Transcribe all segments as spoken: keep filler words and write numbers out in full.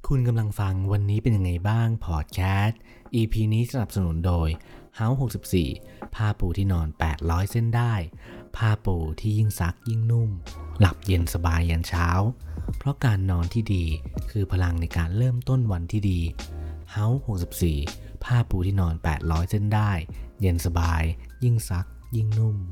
คุณกำลังฟังวันนี้เป็นยังไงบ้างพอดแคสต์ อี พี นี้สนับสนุนโดย House หกสิบสี่ ผ้าปูที่นอนแปดร้อยเส้นได้ผ้าปูที่ยิ่งซักยิ่งนุ่มหลับเย็นสบายยันเช้าเพราะการนอนที่ดีคือพลังในการเริ่มต้นวันที่ดี House หกสิบสี่ ผ้าปูที่นอนแปดร้อยเส้นได้เย็นสบายยิ่งซักยิ่งนุ่ม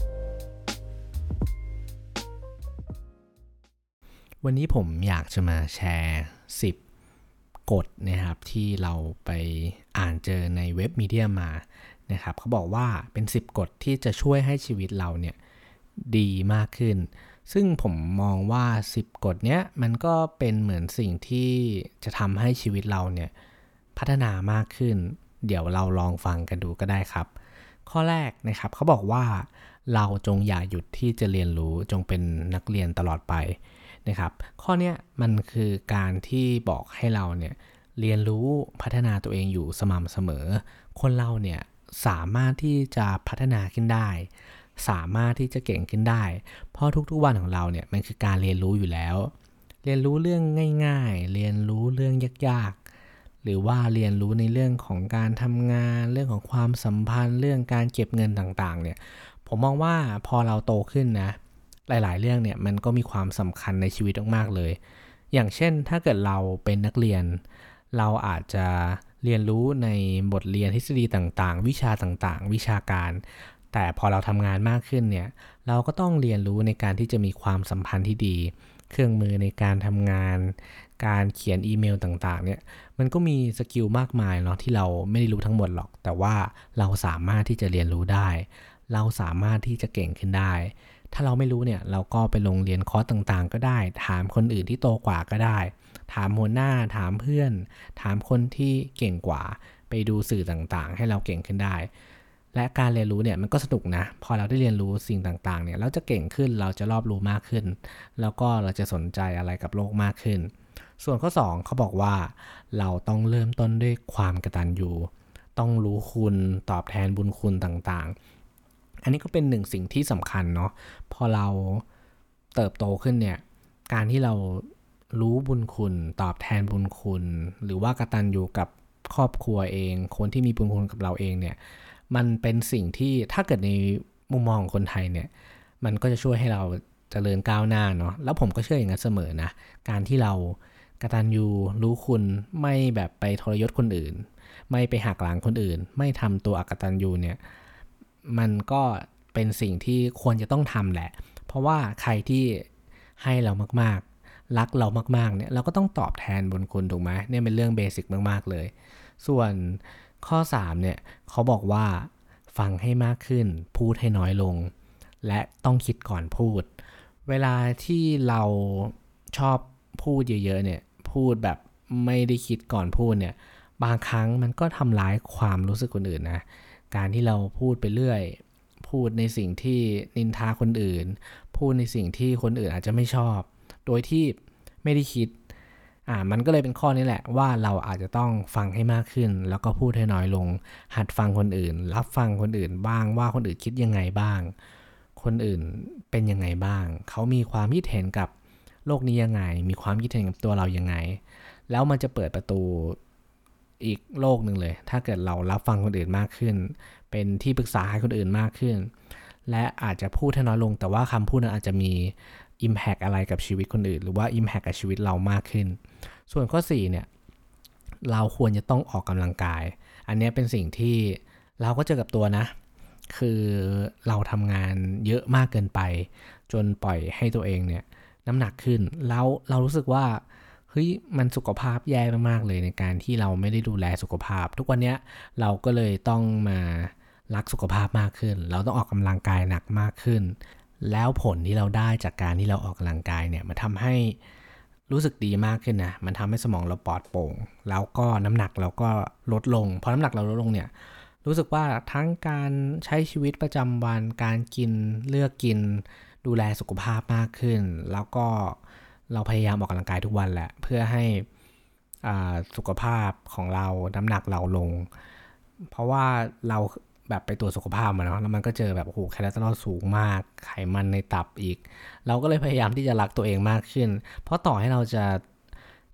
วันนี้ผมอยากจะมาแชร์สิบกฎนะครับที่เราไปอ่านเจอในเว็บมีเดียมานะครับเขาบอกว่าเป็นสิบกฎที่จะช่วยให้ชีวิตเราเนี่ยดีมากขึ้นซึ่งผมมองว่าสิบกฎเนี้ยมันก็เป็นเหมือนสิ่งที่จะทำให้ชีวิตเราเนี่ยพัฒนามากขึ้นเดี๋ยวเราลองฟังกันดูก็ได้ครับข้อแรกนะครับเขาบอกว่าเราจงอย่าหยุดที่จะเรียนรู้จงเป็นนักเรียนตลอดไปนะครับข้อเนี้ยมันคือการที่บอกให้เราเนี่ยเรียนรู้พัฒนาตัวเองอยู่สม่ำเสมอคนเราเนี่ยสามารถที่จะพัฒนาขึ้นได้สามารถที่จะเก่งขึ้นได้เพราะทุกๆวันของเราเนี่ยมันคือการเรียนรู้อยู่แล้วเรียนรู้เรื่องง่ายๆเรียนรู้เรื่องยากๆหรือว่าเรียนรู้ในเรื่องของการทำงานเรื่องของความสัมพันธ์เรื่องการเก็บเงินต่างๆเนี่ยผมมองว่าพอเราโตขึ้นนะหลายๆเรื่องเนี่ยมันก็มีความสำคัญในชีวิตมากๆเลยอย่างเช่นถ้าเกิดเราเป็นนักเรียนเราอาจจะเรียนรู้ในบทเรียนทฤษฎีต่างๆวิชาต่างๆวิชาการแต่พอเราทำงานมากขึ้นเนี่ยเราก็ต้องเรียนรู้ในการที่จะมีความสัมพันธ์ที่ดีเครื่องมือในการทำงานการเขียนอีเมลต่างๆเนี่ยมันก็มีสกิลมากมายเนาะที่เราไม่ได้รู้ทั้งหมดหรอกแต่ว่าเราสามารถที่จะเรียนรู้ได้เราสามารถที่จะเก่งขึ้นได้ถ้าเราไม่รู้เนี่ยเราก็ไปลงเรียนคอร์สต่างๆก็ได้ถามคนอื่นที่โตกว่าก็ได้ถามหัวหน้าถามเพื่อนถามคนที่เก่งกว่าไปดูสื่อต่างๆให้เราเก่งขึ้นได้และการเรียนรู้เนี่ยมันก็สนุกนะพอเราได้เรียนรู้สิ่งต่างๆเนี่ยเราจะเก่งขึ้นเราจะรอบรู้มากขึ้นแล้วก็เราจะสนใจอะไรกับโลกมากขึ้นส่วนข้อสองเขาบอกว่าเราต้องเริ่มต้นด้วยความกตัญญูต้องรู้คุณตอบแทนบุญคุณต่างๆอันนี้ก็เป็นหนึ่งสิ่งที่สำคัญเนาะพอเราเติบโตขึ้นเนี่ยการที่เรารู้บุญคุณตอบแทนบุญคุณหรือว่ากตัญญูกับครอบครัวเองคนที่มีบุญคุณกับเราเองเนี่ยมันเป็นสิ่งที่ถ้าเกิดในมุมมองของคนไทยเนี่ยมันก็จะช่วยให้เราเจริญก้าวหน้าเนาะแล้วผมก็เชื่ออย่างนั้นเสมอนะการที่เรากตัญญูรู้คุณไม่แบบไปทรยศคนอื่นไม่ไปหักหลังคนอื่นไม่ทำตัวอกตัญญูเนี่ยมันก็เป็นสิ่งที่ควรจะต้องทำแหละเพราะว่าใครที่ให้เรามากๆรักเรามากๆเนี่ยเราก็ต้องตอบแทนบุญคุณถูกไหมเนี่ยเป็นเรื่องเบสิกมากๆเลยส่วนข้อสามเนี่ยเขาบอกว่าฟังให้มากขึ้นพูดให้น้อยลงและต้องคิดก่อนพูดเวลาที่เราชอบพูดเยอะๆเนี่ยพูดแบบไม่ได้คิดก่อนพูดเนี่ยบางครั้งมันก็ทำร้ายความรู้สึกคนอื่นนะการที่เราพูดไปเรื่อยพูดในสิ่งที่นินทาคนอื่นพูดในสิ่งที่คนอื่นอาจจะไม่ชอบโดยที่ไม่ได้คิดอ่ามันก็เลยเป็นข้อนี้แหละว่าเราอาจจะต้องฟังให้มากขึ้นแล้วก็พูดให้น้อยลงหัดฟังคนอื่นรับฟังคนอื่นบ้างว่าคนอื่นคิดยังไงบ้างคนอื่นเป็นยังไงบ้างเขามีความคิดเห็นกับโลกนี้ยังไงมีความคิดเห็นกับตัวเรายังไงแล้วมันจะเปิดประตูอีกโลกหนึ่งเลยถ้าเกิดเรารับฟังคนอื่นมากขึ้นเป็นที่ปรึกษาให้คนอื่นมากขึ้นและอาจจะพูดให้น้อยลงแต่ว่าคำพูดนั้นอาจจะมีimpact อะไรกับชีวิตคนอื่นหรือว่า impact กับชีวิตเรามากขึ้นส่วนข้อสี่เนี่ยเราควรจะต้องออกกำลังกายอันนี้เป็นสิ่งที่เราก็เจอกับตัวนะคือเราทำงานเยอะมากเกินไปจนปล่อยให้ตัวเองเนี่ยน้ำหนักขึ้นแล้วเรารู้สึกว่าเฮ้ยมันสุขภาพแย่มากๆเลยในการที่เราไม่ได้ดูแลสุขภาพทุกวันนี้เราก็เลยต้องมารักสุขภาพมากขึ้นเราต้องออกกำลังกายหนักมากขึ้นแล้วผลที่เราได้จากการที่เราออกกำลังกายเนี่ยมันทำให้รู้สึกดีมากขึ้นนะมันทำให้สมองเราปลอดโปร่งแล้วก็น้ำหนักเราก็ลดลงพอน้ำหนักเราลดลงเนี่ยรู้สึกว่าทั้งการใช้ชีวิตประจำวันการกินเลือกกินดูแลสุขภาพมากขึ้นแล้วก็เราพยายามออกกำลังกายทุกวันแหละเพื่อให้สุขภาพของเราน้ำหนักเราลงเพราะว่าเราแบบไปตรวจสุขภาพมาเนาะแล้วมันก็เจอแบบโอ้โหคอเลสเตอรอลสูงมากไขมันในตับอีกเราก็เลยพยายามที่จะรักตัวเองมากขึ้นเพราะต่อให้เราจะ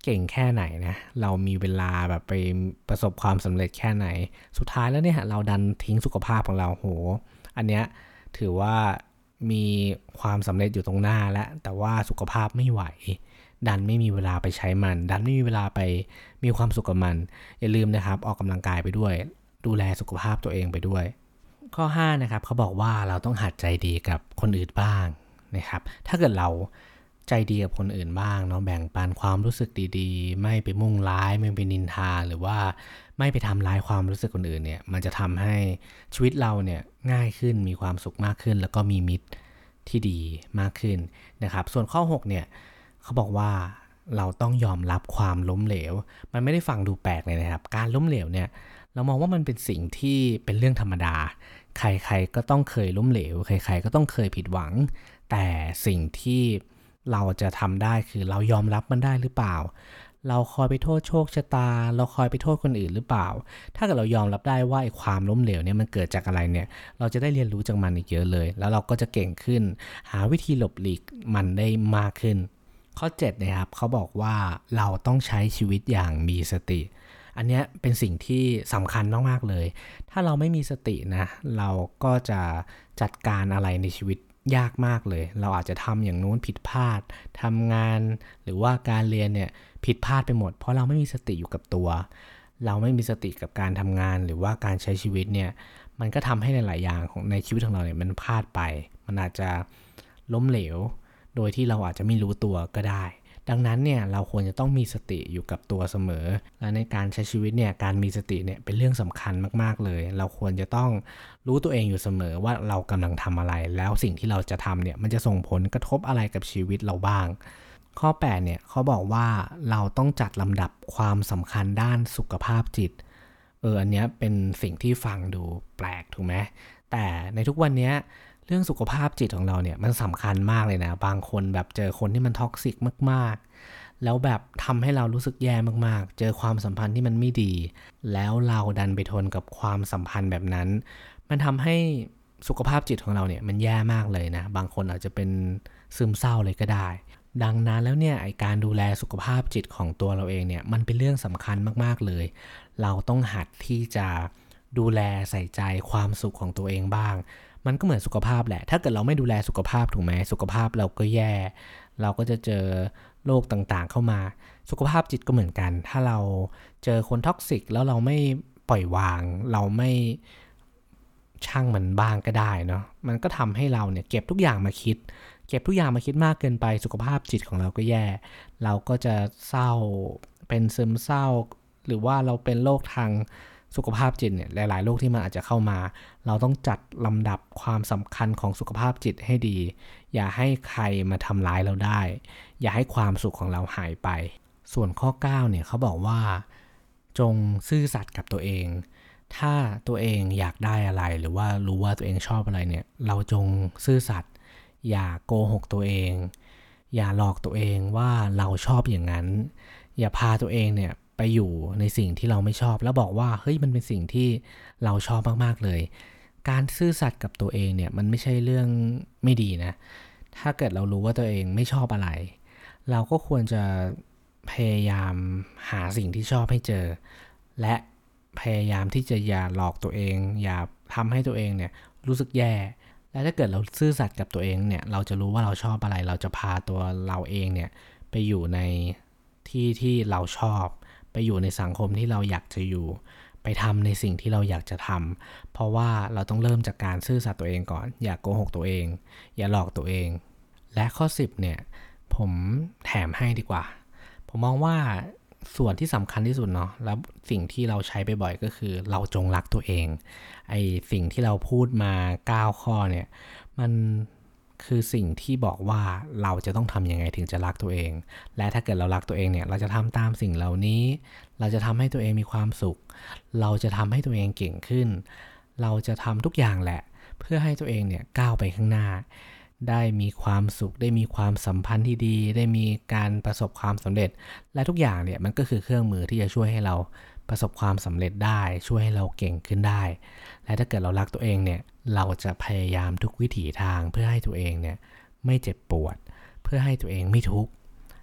เก่งแค่ไหนนะเรามีเวลาแบบไปประสบความสำเร็จแค่ไหนสุดท้ายแล้วเนี่ยเราดันทิ้งสุขภาพของเราโหอันเนี้ยถือว่ามีความสำเร็จอยู่ตรงหน้าแล้วแต่ว่าสุขภาพไม่ไหวดันไม่มีเวลาไปใช้มันดันไม่มีเวลาไปมีความสุขกับมันอย่าลืมนะครับออกกำลังกายไปด้วยดูแลสุขภาพตัวเองไปด้วยข้อห้านะครับเขาบอกว่าเราต้องหัดใจดีกับคนอื่นบ้างนะครับถ้าเกิดเราใจดีกับคนอื่นบ้างเนาะแบ่งปันความรู้สึกดีๆไม่ไปมุ่งร้ายไม่ไปนินทาหรือว่าไม่ไปทำร้ายความรู้สึกคนอื่นเนี่ยมันจะทำให้ชีวิตเราเนี่ยง่ายขึ้นมีความสุขมากขึ้นแล้วก็มีมิตรที่ดีมากขึ้นนะครับส่วนข้อหกเนี่ยเขาบอกว่าเราต้องยอมรับความล้มเหลวมันไม่ได้ฟังดูแปลกเลยนะครับการล้มเหลวเนี่ยเรามองว่ามันเป็นสิ่งที่เป็นเรื่องธรรมดาใครๆก็ต้องเคยล้มเหลวใครๆก็ต้องเคยผิดหวังแต่สิ่งที่เราจะทำได้คือเรายอมรับมันได้หรือเปล่าเราคอยไปโทษโชคชะตาเราคอยไปโทษคนอื่นหรือเปล่าถ้าเกิดเรายอมรับได้ว่าไอ้ความล้มเหลวเนี่ยมันเกิดจากอะไรเนี่ยเราจะได้เรียนรู้จากมันอีกเยอะเลยแล้วเราก็จะเก่งขึ้นหาวิธีหลบหลีกมันได้มากขึ้นข้อเจ็ดนะครับเขาบอกว่าเราต้องใช้ชีวิตอย่างมีสติอันนี้เป็นสิ่งที่สำคัญมากๆเลยถ้าเราไม่มีสตินะเราก็จะจัดการอะไรในชีวิตยากมากเลยเราอาจจะทำอย่างนู้นผิดพลาดทำงานหรือว่าการเรียนเนี่ยผิดพลาดไปหมดเพราะเราไม่มีสติอยู่กับตัวเราไม่มีสติกับการทำงานหรือว่าการใช้ชีวิตเนี่ยมันก็ทำให้หลายๆอย่างของในชีวิตของเราเนี่ยมันพลาดไปมันอาจจะล้มเหลวโดยที่เราอาจจะไม่รู้ตัวก็ได้ดังนั้นเนี่ยเราควรจะต้องมีสติอยู่กับตัวเสมอและในการใช้ชีวิตเนี่ยการมีสติเนี่ยเป็นเรื่องสำคัญมากๆเลยเราควรจะต้องรู้ตัวเองอยู่เสมอว่าเรากำลังทำอะไรแล้วสิ่งที่เราจะทำเนี่ยมันจะส่งผลกระทบอะไรกับชีวิตเราบ้างข้อแปดเนี่ยเขาบอกว่าเราต้องจัดลำดับความสำคัญด้านสุขภาพจิตเอออันเนี้ยเป็นสิ่งที่ฟังดูแปลกถูกไหมแต่ในทุกวันนี้เรื่องสุขภาพจิตของเราเนี่ยมันสำคัญมากเลยนะบางคนแบบเจอคนที่มันท็อกซิกมากๆแล้วแบบทำให้เรารู้สึกแย่มากๆเจอความสัมพันธ์ที่มันไม่ดีแล้วเราดันไปทนกับความสัมพันธ์แบบนั้นมันทำให้สุขภาพจิตของเราเนี่ยมันแย่มากเลยนะบางคนอาจจะเป็นซึมเศร้าเลยก็ได้ดังนั้นแล้วเนี่ยไอการดูแลสุขภาพจิตของตัวเราเองเนี่ยมันเป็นเรื่องสำคัญมากๆเลยเราต้องหัดที่จะดูแลใส่ใจความสุขของตัวเองบ้างมันก็เหมือนสุขภาพแหละถ้าเกิดเราไม่ดูแลสุขภาพถูกไหมสุขภาพเราก็แย่เราก็จะเจอโรคต่างๆเข้ามาสุขภาพจิตก็เหมือนกันถ้าเราเจอคนท็อกซิกแล้วเราไม่ปล่อยวางเราไม่ช่างมันบ้างก็ได้เนาะมันก็ทำให้เราเนี่ยเก็บทุกอย่างมาคิดเก็บทุกอย่างมาคิดมากเกินไปสุขภาพจิตของเราก็แย่เราก็จะเศร้าเป็นซึมเศร้าหรือว่าเราเป็นโรคทางสุขภาพจิตเนี่ยหลายๆโรคที่มันอาจจะเข้ามาเราต้องจัดลำดับความสำคัญของสุขภาพจิตให้ดีอย่าให้ใครมาทำร้ายเราได้อย่าให้ความสุขของเราหายไปส่วนข้อเก้าเนี่ยเขาบอกว่าจงซื่อสัตย์กับตัวเองถ้าตัวเองอยากได้อะไรหรือว่ารู้ว่าตัวเองชอบอะไรเนี่ยเราจงซื่อสัตย์อย่าโกหกตัวเองอย่าหลอกตัวเองว่าเราชอบอย่างนั้นอย่าพาตัวเองเนี่ยไปอยู่ในสิ่งที่เราไม่ชอบแล้วบอกว่าเฮ้ยมันเป็นสิ่งที่เราชอบมากๆเลยการซื่อสัตย์กับตัวเองเนี่ยมันไม่ใช่เรื่องไม่ดีนะถ้าเกิดเรารู้ว่าตัวเองไม่ชอบอะไรเราก็ควรจะพยายามหาสิ่งที่ชอบให้เจอและพยายามที่จะอย่าหลอกตัวเองอย่าทำให้ตัวเองเนี่ยรู้สึกแย่และถ้าเกิดเราซื่อสัตย์กับตัวเองเนี่ยเราจะรู้ว่าเราชอบอะไรเราจะพาตัวเราเองเนี่ยไปอยู่ในที่ที่เราชอบไปอยู่ในสังคมที่เราอยากจะอยู่ไปทำในสิ่งที่เราอยากจะทำเพราะว่าเราต้องเริ่มจากการซื่อสัตย์ตัวเองก่อนอย่าโกหกตัวเองอย่าหลอกตัวเองและข้อสิบเนี่ยผมแถมให้ดีกว่าผมมองว่าส่วนที่สำคัญที่สุดเนาะแล้วสิ่งที่เราใช้บ่อยๆก็คือเราจงรักตัวเองไอสิ่งที่เราพูดมาเก้าข้อเนี่ยมันคือสิ่งที่บอกว่าเราจะต้องทำยังไงถึงจะรักตัวเองและถ้าเกิดเรารักตัวเองเนี่ยเราจะทำตามสิ่งเหล่านี้เราจะทำให้ตัวเองมีความสุขเราจะทำให้ตัวเองเก่งขึ้นเราจะทำทุกอย่างแหละเพื่อให้ตัวเองเนี่ยก้าวไปข้างหน้าได้มีความสุขได้มีความสัมพันธ์ที่ดีได้มีการประสบความสำเร็จและทุกอย่างเนี่ยมันก็คือเครื่องมือที่จะช่วยให้เราประสบความสำเร็จได้ช่วยให้เราเก่งขึ้นได้และถ้าเกิดเรารักตัวเองเนี่ยเราจะพยายามทุกวิถีทางเพื่อให้ตัวเองเนี่ยไม่เจ็บปวดเพื่อให้ตัวเองไม่ทุกข์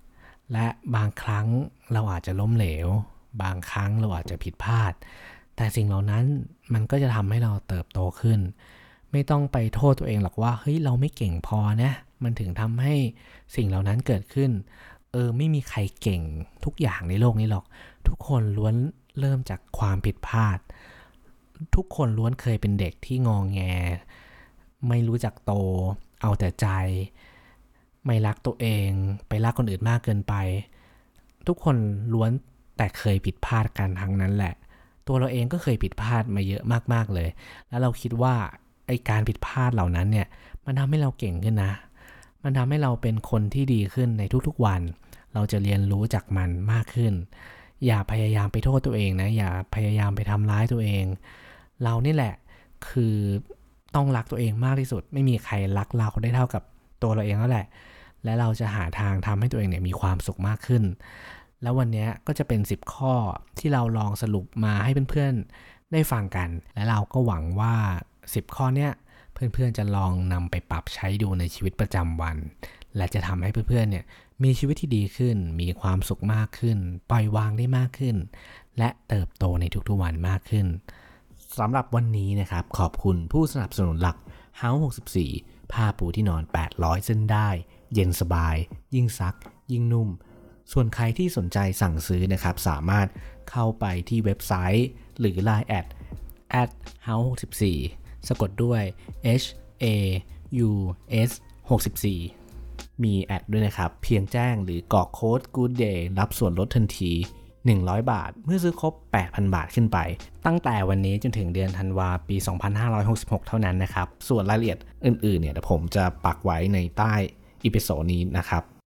และบางครั้งเราอาจจะล้มเหลวบางครั้งเราอาจจะผิดพลาดแต่สิ่งเหล่านั้นมันก็จะทำให้เราเติบโตขึ้นไม่ต้องไปโทษตัวเองหรอกว่าเฮ้ยเราไม่เก่งพอนะมันถึงทำให้สิ่งเหล่านั้นเกิดขึ้นเออไม่มีใครเก่งทุกอย่างในโลกนี้หรอกทุกคนล้วนเริ่มจากความผิดพลาดทุกคนล้วนเคยเป็นเด็กที่งอแงไม่รู้จักโตเอาแต่ใจไม่รักตัวเองไปรักคนอื่นมากเกินไปทุกคนล้วนแต่เคยผิดพลาดกันทั้งนั้นแหละตัวเราเองก็เคยผิดพลาดมาเยอะมากๆเลยแล้วเราคิดว่าไอ้การผิดพลาดเหล่านั้นเนี่ยมันทำให้เราเก่งขึ้นนะมันทำให้เราเป็นคนที่ดีขึ้นในทุกๆวันเราจะเรียนรู้จากมันมากขึ้นอย่าพยายามไปโทษตัวเองนะอย่าพยายามไปทำร้ายตัวเองเรานี่แหละคือต้องรักตัวเองมากที่สุดไม่มีใครรักเราได้เท่ากับตัวเราเองแล้วแหละและเราจะหาทางทำให้ตัวเองเนี่ยมีความสุขมากขึ้นแล้ววันนี้ก็จะเป็นสิบข้อที่เราลองสรุปมาให้เพื่อนๆได้ฟังกันและเราก็หวังว่าสิบข้อเนี้ยเพื่อนๆจะลองนำไปปรับใช้ดูในชีวิตประจำวันและจะทำให้เพื่อนๆเนี่ยมีชีวิตที่ดีขึ้นมีความสุขมากขึ้นปล่อยวางได้มากขึ้นและเติบโตในทุกๆวันมากขึ้นสำหรับวันนี้นะครับขอบคุณผู้สนับสนุนหลัก House หกสิบสี่ผ้าปูที่นอนแปดร้อยเส้นได้เย็นสบายยิ่งซักยิ่งนุ่มส่วนใครที่สนใจสั่งซื้อนะครับสามารถเข้าไปที่เว็บไซต์หรือ ไลน์ แอด แอท เฮ้าส์ หกสิบสี่ สะกดด้วย H A U S หกสิบสี่มีแอดด้วยนะครับเพียงแจ้งหรือกรอกโค้ด Good Day รับส่วนลดทันทีหนึ่งร้อยบาทเมื่อซื้อครบ แปดพัน บาทขึ้นไปตั้งแต่วันนี้จนถึงเดือนธันวาปีสองพันห้าร้อยหกสิบหกเท่านั้นนะครับส่วนรายละเอียดอื่นๆเนี่ยเดี๋ยวผมจะปักไว้ในใต้อีพิโซดนี้นะครับ